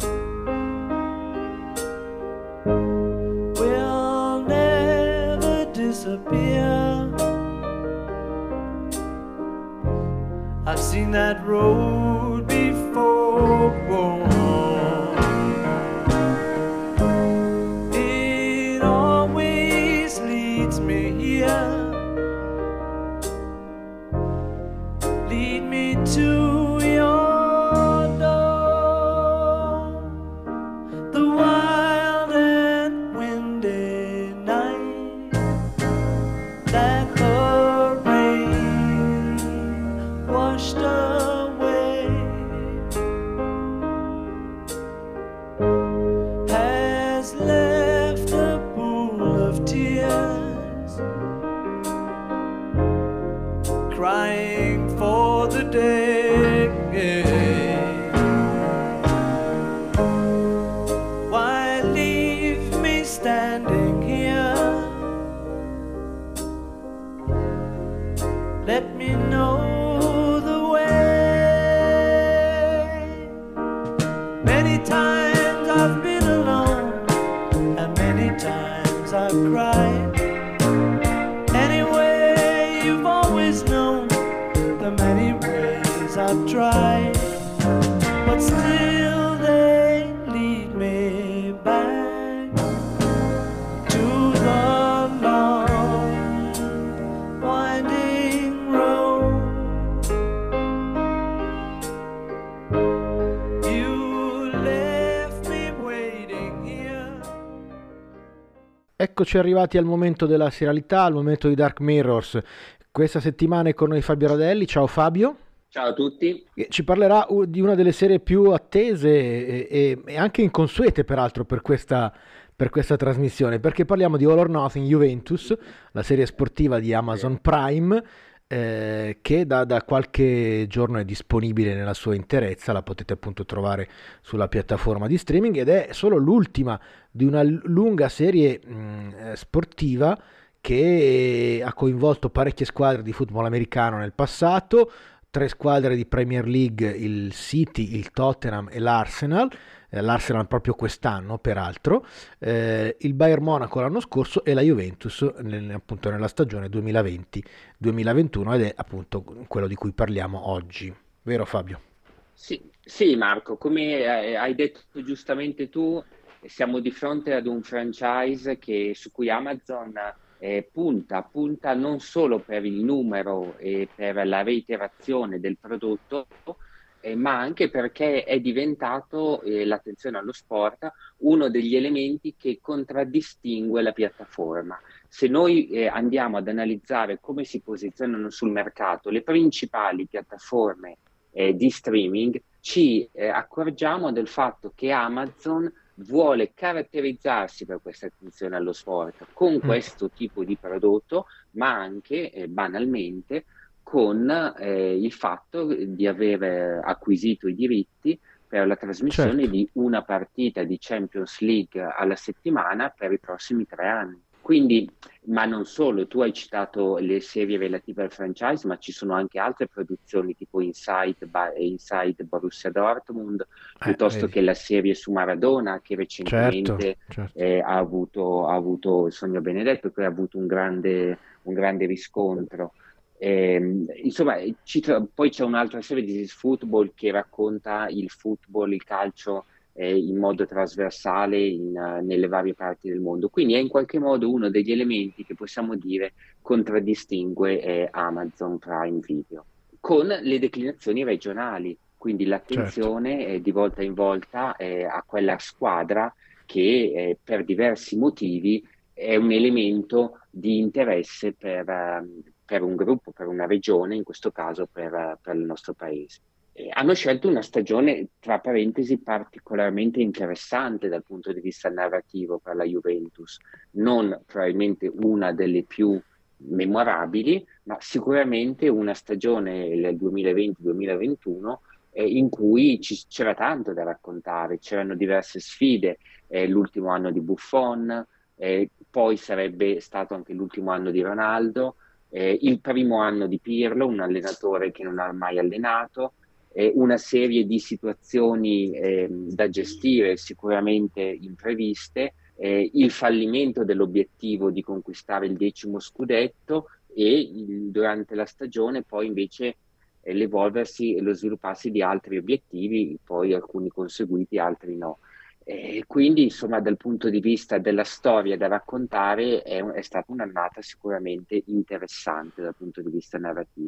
will never disappear. I've seen that road before. It always leads me here. Lead me to your door. The wild and windy night that the rain washed away has left a pool of tears, crying for the day. Why leave me standing here? Let me know the way. Many times I've been alone, and many times I've cried. Anyway, you've always known the many ways I've tried, but still they lead me back to the long winding road. You left me waiting here. Eccoci arrivati al momento della serialità, al momento di Dark Mirrors. Questa settimana è con noi Fabio Radelli. Ciao Fabio. Ciao a tutti. E ci parlerà uh, di una delle serie più attese e, e- e anche inconsuete peraltro per questa, per questa trasmissione, perché parliamo di All or Nothing Juventus, la serie sportiva di Amazon Prime, eh, che da, da qualche giorno è disponibile nella sua interezza, la potete appunto trovare sulla piattaforma di streaming, ed è solo l'ultima di una l- lunga serie mh, eh, sportiva che ha coinvolto parecchie squadre di football americano nel passato, tre squadre di Premier League, il City, il Tottenham e l'Arsenal, eh, l'Arsenal proprio quest'anno peraltro, eh, il Bayern Monaco l'anno scorso e la Juventus nel- appunto nella stagione duemilaventi duemilaventuno, ed è appunto quello di cui parliamo oggi, vero Fabio? Sì, sì, Marco, come eh, hai detto giustamente tu, siamo di fronte ad un franchise che- su cui Amazon eh, punta, punta non solo per il numero e per la reiterazione del prodotto, eh, ma anche perché è diventato, eh, l'attenzione allo sport, uno degli elementi che contraddistingue la piattaforma. Se noi eh, andiamo ad analizzare come si posizionano sul mercato le principali piattaforme eh, di streaming, ci eh, accorgiamo del fatto che Amazon vuole caratterizzarsi per questa attenzione allo sport con Mm. questo tipo di prodotto, ma anche eh, banalmente con eh, il fatto di aver eh, acquisito i diritti per la trasmissione Certo. di una partita di Champions League alla settimana per i prossimi tre anni. Quindi, ma non solo, tu hai citato le serie relative al franchise, ma ci sono anche altre produzioni tipo Inside, Ba- Inside Borussia Dortmund, Eh, piuttosto vedi. che la serie su Maradona, che Certo, recentemente certo. eh, ha avuto, ha avuto il Sogno Benedetto, che ha avuto un grande, un grande riscontro. Ehm, insomma, ci tra- poi c'è un'altra serie di This Football che racconta il football, il calcio eh, in modo trasversale in, eh, nelle varie parti del mondo. Quindi è in qualche modo uno degli elementi che possiamo dire contraddistingue eh, Amazon Prime Video, con le declinazioni regionali, quindi Certo. l'attenzione eh, di volta in volta eh, a quella squadra che eh, per diversi motivi è un elemento di interesse per, ehm, per un gruppo, per una regione, in questo caso per, eh, per il nostro paese. E hanno scelto una stagione, tra parentesi, particolarmente interessante dal punto di vista narrativo per la Juventus, non probabilmente una delle più memorabili, ma sicuramente una stagione, il duemilaventi-duemilaventuno, eh, in cui ci- c'era tanto da raccontare, c'erano diverse sfide, eh, l'ultimo anno di Buffon, eh, poi sarebbe stato anche l'ultimo anno di Ronaldo, eh, il primo anno di Pirlo, un allenatore che non ha mai allenato, eh, una serie di situazioni ehm, da gestire sicuramente impreviste, eh, il fallimento dell'obiettivo di conquistare il decimo scudetto e il- durante la stagione poi invece eh, l'evolversi e lo svilupparsi di altri obiettivi, poi alcuni conseguiti, altri no. E quindi, insomma, dal punto di vista della storia da raccontare, è, è stata un'annata sicuramente interessante dal punto di vista narrativo.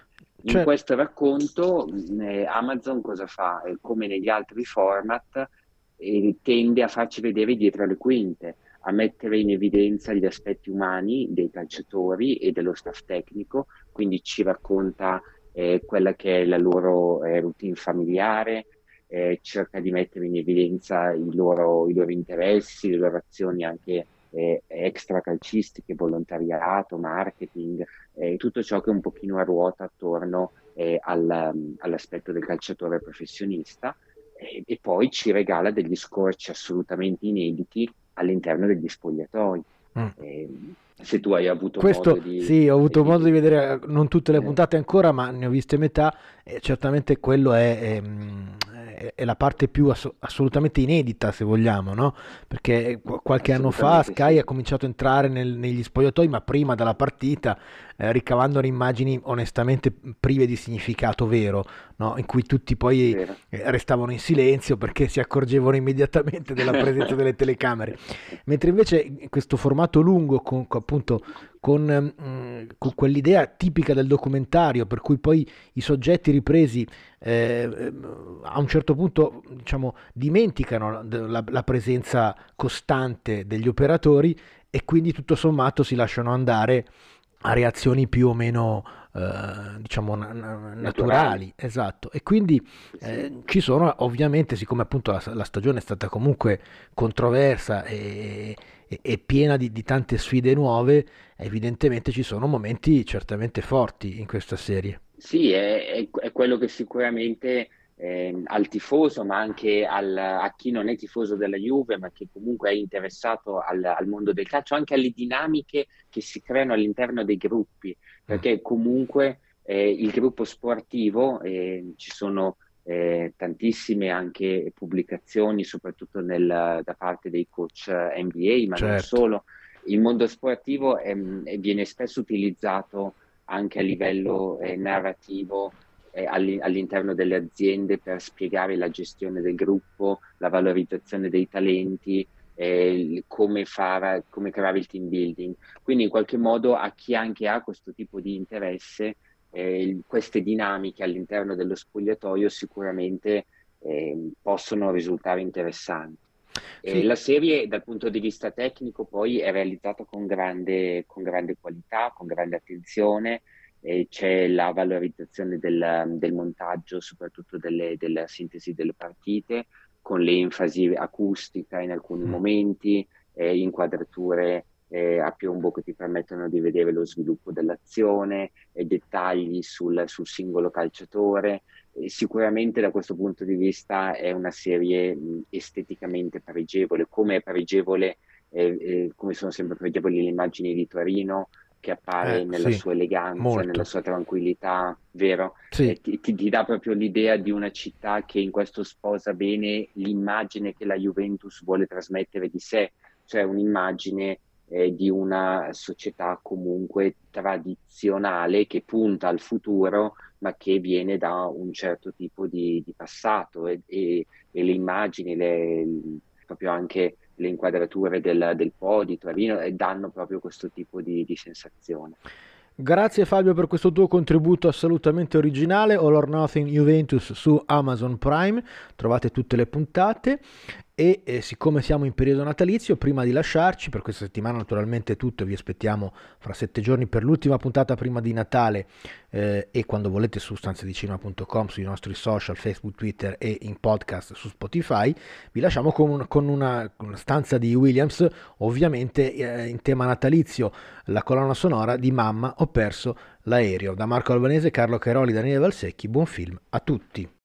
In Cioè, questo racconto, mh, eh, Amazon cosa fa? Eh, come negli altri format, eh, tende a farci vedere dietro le quinte, a mettere in evidenza gli aspetti umani dei calciatori e dello staff tecnico, quindi ci racconta eh, quella che è la loro eh, routine familiare, eh, cerca di mettere in evidenza i loro, i loro interessi, le loro azioni anche eh, extra calcistiche, volontariato, marketing, eh, tutto ciò che un pochino ruota attorno eh, al- all'aspetto del calciatore professionista, eh, e poi ci regala degli scorci assolutamente inediti all'interno degli spogliatoi. mm. Eh, Se tu hai avuto modo Questo di, sì, ho avuto modo di di- vedere eh, non tutte le eh, puntate ancora, ma ne ho viste metà e certamente quello è, è, mm, è- è la parte più asso- assolutamente inedita, se vogliamo, no? Perché qu- qualche anno fa assolutamente Sky sì. ha cominciato a entrare nel- negli spogliatoi, ma prima dalla partita, eh, ricavando immagini onestamente prive di significato vero, no? In cui tutti poi Vero. eh, restavano in silenzio perché si accorgevano immediatamente della presenza delle telecamere. Mentre invece questo formato lungo, con, con appunto con, mm, con quell'idea tipica del documentario, per cui poi i soggetti ripresi eh, a un certo punto, diciamo, dimenticano la, la presenza costante degli operatori e quindi tutto sommato si lasciano andare a reazioni più o meno eh, diciamo na- na- Naturali. naturali, esatto. E quindi Sì. eh, ci sono ovviamente, siccome appunto la, la stagione è stata comunque controversa e, e- e piena di, di tante sfide nuove, evidentemente ci sono momenti certamente forti in questa serie. Sì, è, è- è quello che sicuramente ehm, al tifoso, ma anche al- a chi non è tifoso della Juve, ma che comunque è interessato al, al mondo del calcio, anche alle dinamiche che si creano all'interno dei gruppi, Mm. perché comunque eh, il gruppo sportivo, eh, ci sono eh, tantissime anche pubblicazioni, soprattutto nel- da parte dei coach N B A, ma non Certo. solo. Il mondo sportivo ehm, viene spesso utilizzato anche a livello eh, narrativo eh, alli- all'interno delle aziende per spiegare la gestione del gruppo, la valorizzazione dei talenti, eh, il- come fare, come creare il team building. Quindi in qualche modo a chi anche ha questo tipo di interesse, eh, il- queste dinamiche all'interno dello spogliatoio sicuramente eh, possono risultare interessanti. Eh, Sì, la serie dal punto di vista tecnico poi è realizzata con grande, con grande qualità, con grande attenzione, eh, c'è la valorizzazione del, del montaggio, soprattutto delle- della sintesi delle partite, con l'enfasi acustica in alcuni mm, momenti, eh, inquadrature eh, a piombo che ti permettono di vedere lo sviluppo dell'azione, e dettagli sul, sul singolo calciatore. Eh, Sicuramente da questo punto di vista è una serie mh, esteticamente pregevole, come è pregevole, eh, eh, come sono sempre pregevoli le immagini di Torino, che eh, appare nella sì, sua eleganza, nella molto. sua tranquillità, vero? Sì, Eh, ti, ti- ti dà proprio l'idea di una città che in questo sposa bene l'immagine che la Juventus vuole trasmettere di sé, cioè un'immagine eh, di una società comunque tradizionale che punta al futuro, ma che viene da un certo tipo di, di passato e, e- e le immagini, le- proprio anche le inquadrature del, del Po di Torino e danno proprio questo tipo di, di sensazione. Grazie Fabio per questo tuo contributo assolutamente originale. All or Nothing Juventus su Amazon Prime, trovate tutte le puntate. E eh, siccome siamo in periodo natalizio, prima di lasciarci, per questa settimana naturalmente è tutto, vi aspettiamo fra sette giorni per l'ultima puntata prima di Natale, eh, e quando volete su stanze di cinema punto com, sui nostri social, Facebook, Twitter e in podcast su Spotify. Vi lasciamo con, un, con una, una stanza di Williams, ovviamente eh, in tema natalizio, la colonna sonora di Mamma, ho perso l'aereo. Da Marco Albanese, Carlo Cairoli, Daniele Valsecchi, buon film a tutti.